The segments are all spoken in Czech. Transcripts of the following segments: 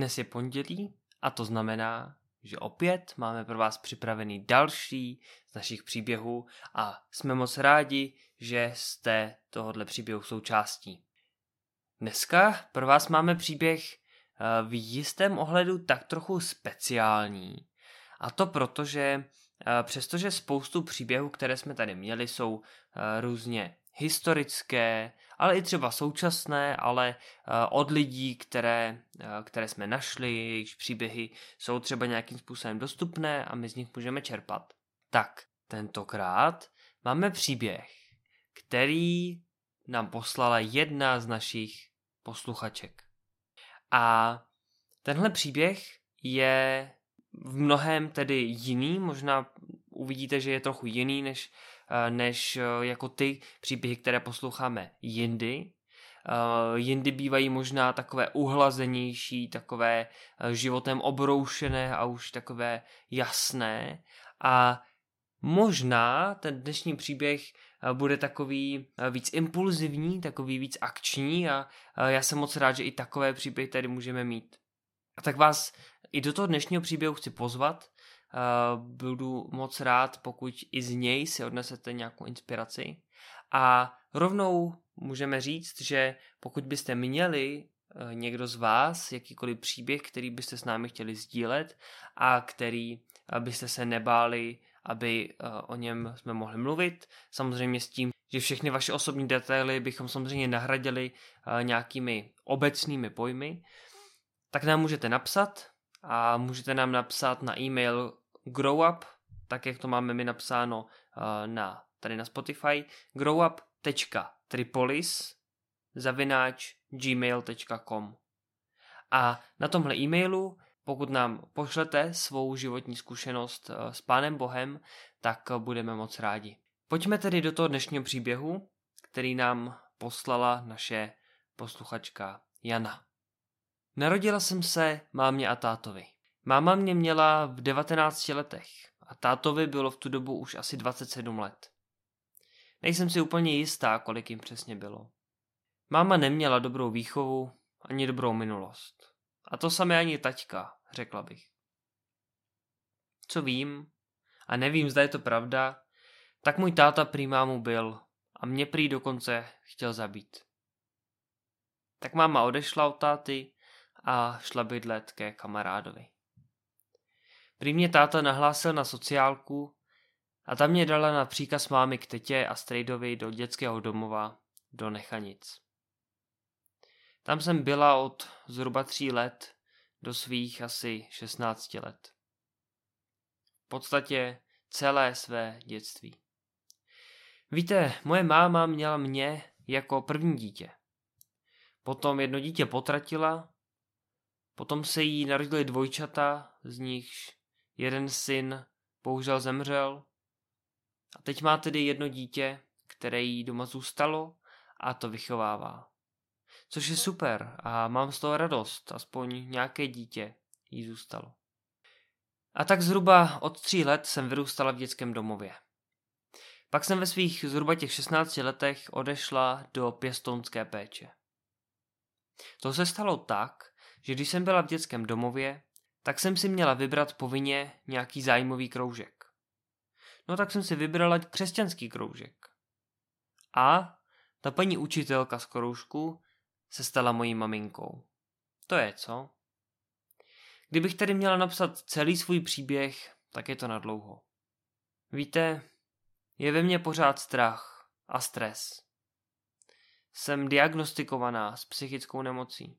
Dnes je pondělí a to znamená, že opět máme pro vás připravený další z našich příběhů a jsme moc rádi, že jste tohohle příběhu součástí. Dneska pro vás máme příběh v jistém ohledu tak trochu speciální. A to proto, že přestože spoustu příběhů, které jsme tady měli, jsou různě historické, ale i třeba současné, ale od lidí, které jsme našli, jejichž příběhy jsou třeba nějakým způsobem dostupné a my z nich můžeme čerpat. Tak, tentokrát máme příběh, který nám poslala jedna z našich posluchaček. A tenhle příběh je v mnohém tedy jiný, možná uvidíte, že je trochu jiný než jako ty příběhy, které posloucháme jindy. Jindy bývají možná takové uhlazenější, takové životem obroušené a už takové jasné. A možná ten dnešní příběh bude takový víc impulzivní, takový víc akční a já jsem moc rád, že i takové příběhy tady můžeme mít. A tak vás i do toho dnešního příběhu chci pozvat. Budu moc rád, pokud i z něj si odnesete nějakou inspiraci. A rovnou můžeme říct, že pokud byste měli někdo z vás jakýkoliv příběh, který byste s námi chtěli sdílet a který byste se nebáli, aby o něm jsme mohli mluvit, samozřejmě s tím, že všechny vaše osobní detaily bychom samozřejmě nahradili nějakými obecnými pojmy, tak nám můžete napsat a můžete nám napsat na e-mail growup, tak jak to máme my napsáno tady na Spotify, growup.tripolis@gmail.com. A na tomhle e-mailu, pokud nám pošlete svou životní zkušenost s Pánem Bohem, tak budeme moc rádi. Pojďme tedy do toho dnešního příběhu, který nám poslala naše posluchačka Jana. Narodila jsem se mámě a tátovi. Máma mě měla v 19 letech a tátovi bylo v tu dobu už asi 27 let. Nejsem si úplně jistá, kolik jim přesně bylo. Máma neměla dobrou výchovu ani dobrou minulost. A to samé ani taťka, řekla bych. Co vím, a nevím, zda je to pravda, tak můj táta prý mámu byl a mě prý dokonce chtěl zabít. Tak máma odešla od táty a šla bydlet ke kamarádovi. Prý mě táta nahlásil na sociálku a tam mě dala na příkaz mámy k tetě a strejdovi do dětského domova do Nechanic. Tam jsem byla od zhruba 3 let do svých asi 16 let. V podstatě celé své dětství. Víte, moje máma měla mě jako první dítě. Potom jedno dítě potratila, potom se jí narodili dvojčata, z nichž jeden syn bohužel zemřel. A teď má tedy jedno dítě, které jí doma zůstalo a to vychovává. Což je super a mám z toho radost, aspoň nějaké dítě jí zůstalo. A tak zhruba od 3 let jsem vyrůstala v dětském domově. Pak jsem ve svých zhruba těch 16 letech odešla do pěstounské péče. To se stalo tak, že když jsem byla v dětském domově, tak jsem si měla vybrat povinně nějaký zájmový kroužek. No tak jsem si vybrala křesťanský kroužek. A ta paní učitelka z kroužku se stala mojí maminkou. To je co? Kdybych tedy měla napsat celý svůj příběh, tak je to nadlouho. Víte, je ve mně pořád strach a stres. Jsem diagnostikovaná s psychickou nemocí.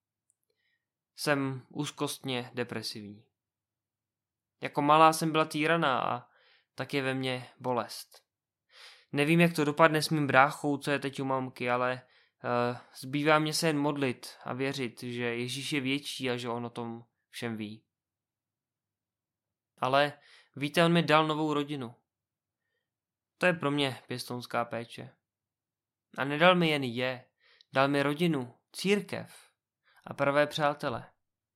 Jsem úzkostně depresivní. Jako malá jsem byla týraná a tak je ve mně bolest. Nevím, jak to dopadne s mým bráchou, co je teď u mamky, ale zbývá mě se jen modlit a věřit, že Ježíš je větší a že on o tom všem ví. Ale víte, on mi dal novou rodinu. To je pro mě pěstounská péče. A nedal mi jen dal mi rodinu, církev a pravé přátele.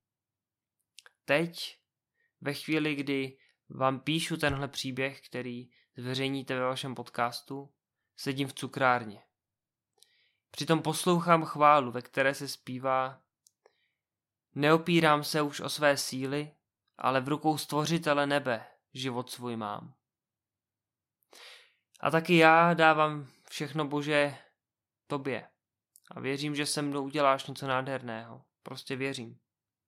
Teď, ve chvíli, kdy vám píšu tenhle příběh, který zveřejníte ve vašem podcastu, sedím v cukrárně. Přitom poslouchám chválu, ve které se zpívá: Neopírám se už o své síly, ale v rukou Stvořitele nebe život svůj mám. A taky já dávám všechno, Bože, tobě. A věřím, že se mnou uděláš něco nádherného. Prostě věřím.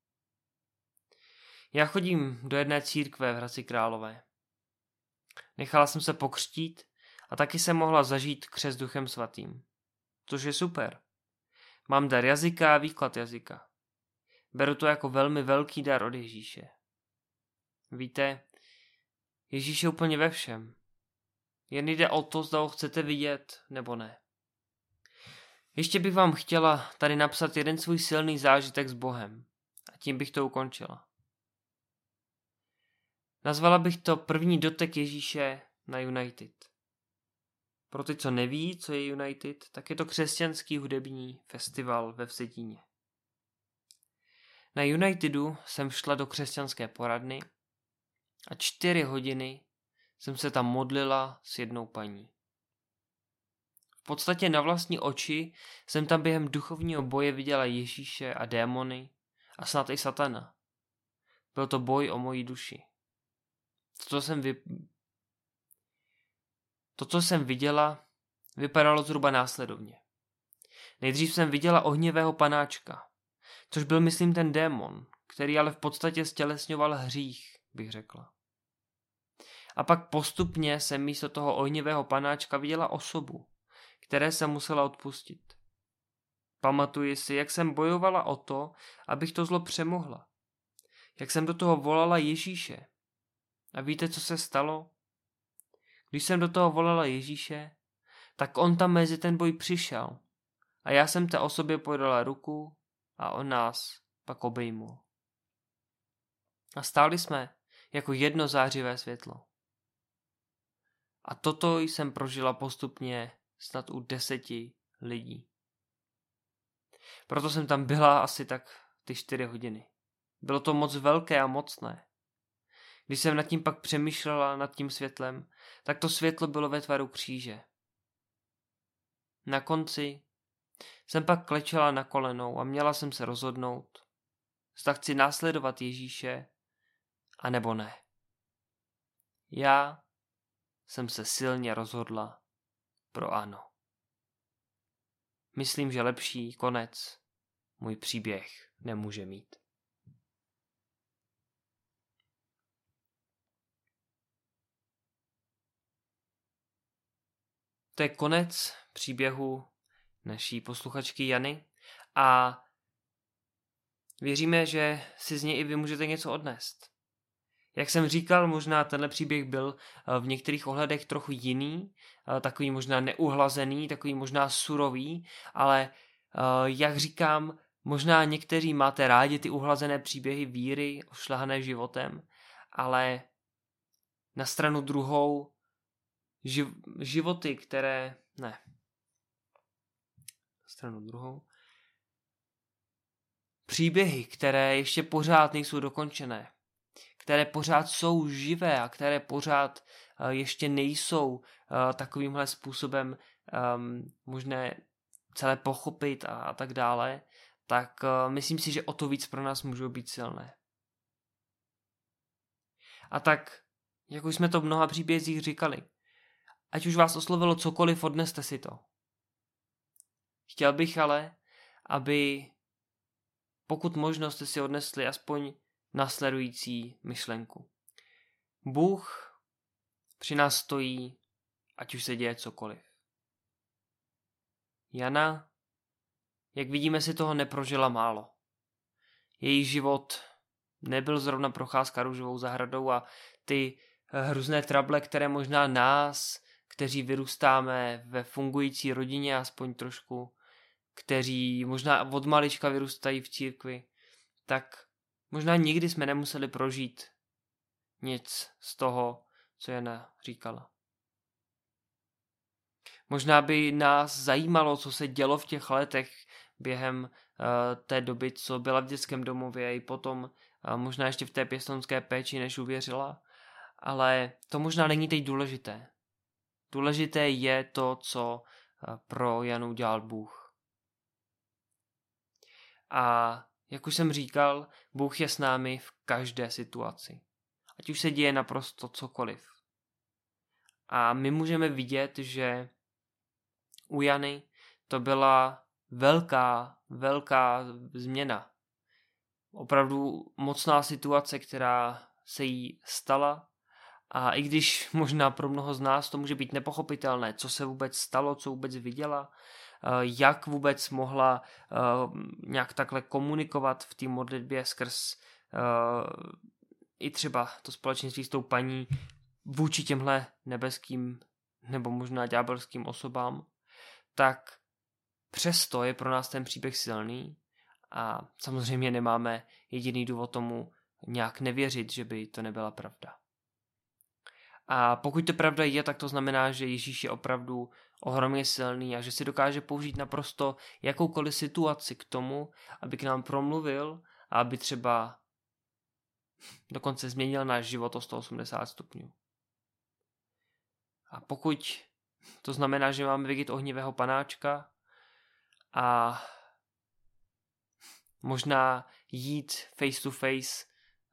Já chodím do jedné církve v Hradci Králové. Nechala jsem se pokřtít a taky jsem mohla zažít křest Duchem Svatým. Což je super. Mám dar jazyka a výklad jazyka. Beru to jako velmi velký dar od Ježíše. Víte, Ježíš je úplně ve všem. Jen jde o to, zda ho chcete vidět, nebo ne. Ještě bych vám chtěla tady napsat jeden svůj silný zážitek s Bohem. A tím bych to ukončila. Nazvala bych to první dotek Ježíše na United. Pro ty, co neví, co je United, tak je to křesťanský hudební festival ve Vsetíně. Na Unitedu jsem šla do křesťanské poradny a 4 hodiny jsem se tam modlila s jednou paní. V podstatě na vlastní oči jsem tam během duchovního boje viděla Ježíše a démony a snad i satana. Byl to boj o moji duši. To, co jsem viděla, vypadalo zhruba následovně. Nejdřív jsem viděla ohnivého panáčka, což byl, myslím, ten démon, který ale v podstatě stělesňoval hřích, bych řekla. A pak postupně jsem místo toho ohnivého panáčka viděla osobu, které jsem musela odpustit. Pamatuji si, jak jsem bojovala o to, abych to zlo přemohla. Jak jsem do toho volala Ježíše. A víte, co se stalo? Když jsem do toho volala Ježíše, tak on tam mezi ten boj přišel. A já jsem té osobě podala ruku a on nás pak obejmul. A stáli jsme jako jedno zářivé světlo. A toto jsem prožila postupně snad u 10 lidí. Proto jsem tam byla asi tak ty 4 hodiny. Bylo to moc velké a mocné. Když jsem nad tím pak přemýšlela, nad tím světlem, tak to světlo bylo ve tvaru kříže. Na konci jsem pak klečela na kolenou a měla jsem se rozhodnout, zda chci následovat Ježíše, a nebo ne. Já jsem se silně rozhodla pro ano. Myslím, že lepší konec můj příběh nemůže mít. To je konec příběhu naší posluchačky Jany a věříme, že si z něj i vy můžete něco odnést. Jak jsem říkal, možná tenhle příběh byl v některých ohledech trochu jiný, takový možná neuhlazený, takový možná surový, ale jak říkám, možná někteří máte rádi ty uhlazené příběhy víry, ošlahané životem, ale na stranu druhou životy, které... Ne. Na stranu druhou. Příběhy, které ještě pořád nejsou dokončené, které pořád jsou živé a které pořád ještě nejsou takovýmhle způsobem možné celé pochopit a tak dále, tak myslím si, že o to víc pro nás můžou být silné. A tak, jak už jsme to v mnoha příbězích říkali, ať už vás oslovilo cokoliv, odneste si to. Chtěl bych ale, aby pokud možno jste si odnesli aspoň následující myšlenku. Bůh při nás stojí, ať už se děje cokoliv. Jana, jak vidíme, si toho neprožila málo. Její život nebyl zrovna procházka růžovou zahradou a ty hrůzné trable, které možná nás, kteří vyrůstáme ve fungující rodině aspoň trošku, kteří možná od malička vyrůstají v církvi, tak možná nikdy jsme nemuseli prožít nic z toho, co Jana říkala. Možná by nás zajímalo, co se dělo v těch letech během té doby, co byla v dětském domově i potom možná ještě v té pěstounské péči, než uvěřila, ale to možná není teď důležité. Důležité je to, co pro Janu dělal Bůh. A Jak už jsem říkal, Bůh je s námi v každé situaci. Ať už se děje naprosto cokoliv. A my můžeme vidět, že u Jany to byla velká změna. Opravdu mocná situace, která se jí stala. A i když možná pro mnoho z nás to může být nepochopitelné, co se vůbec stalo, co vůbec viděla, jak vůbec mohla nějak takhle komunikovat v té modlitbě skrz i třeba to společenství s tou paní vůči těmhle nebeským nebo možná ďábelským osobám, tak přesto je pro nás ten příběh silný a samozřejmě nemáme jediný důvod tomu nějak nevěřit, že by to nebyla pravda. A pokud to pravda je, tak to znamená, že Ježíš je opravdu ohromně silný a že si dokáže použít naprosto jakoukoliv situaci k tomu, aby k nám promluvil a aby třeba dokonce změnil náš život o 180 stupňů. A pokud to znamená, že máme vidět ohnivého panáčka a možná jít face to face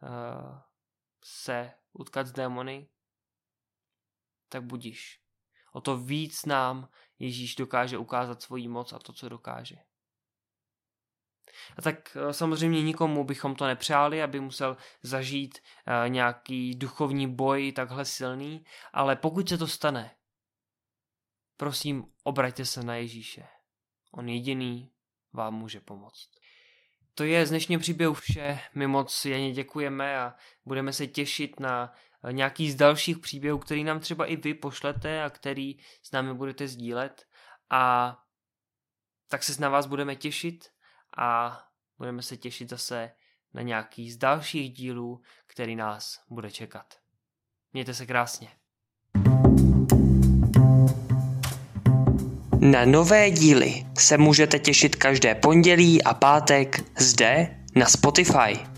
se utkat s démony, tak budiš. O to víc nám Ježíš dokáže ukázat svoji moc a to, co dokáže. A tak samozřejmě nikomu bychom to nepřáli, aby musel zažít nějaký duchovní boj takhle silný, ale pokud se to stane, prosím, obraťte se na Ježíše. On jediný vám může pomoct. To je z dnešního příběhu vše. My moc Janě děkujeme a budeme se těšit na nějaký z dalších příběhů, který nám třeba i vy pošlete a který s námi budete sdílet. A tak se na vás budeme těšit a budeme se těšit zase na nějaký z dalších dílů, který nás bude čekat. Mějte se krásně. Na nové díly se můžete těšit každé pondělí a pátek zde na Spotify.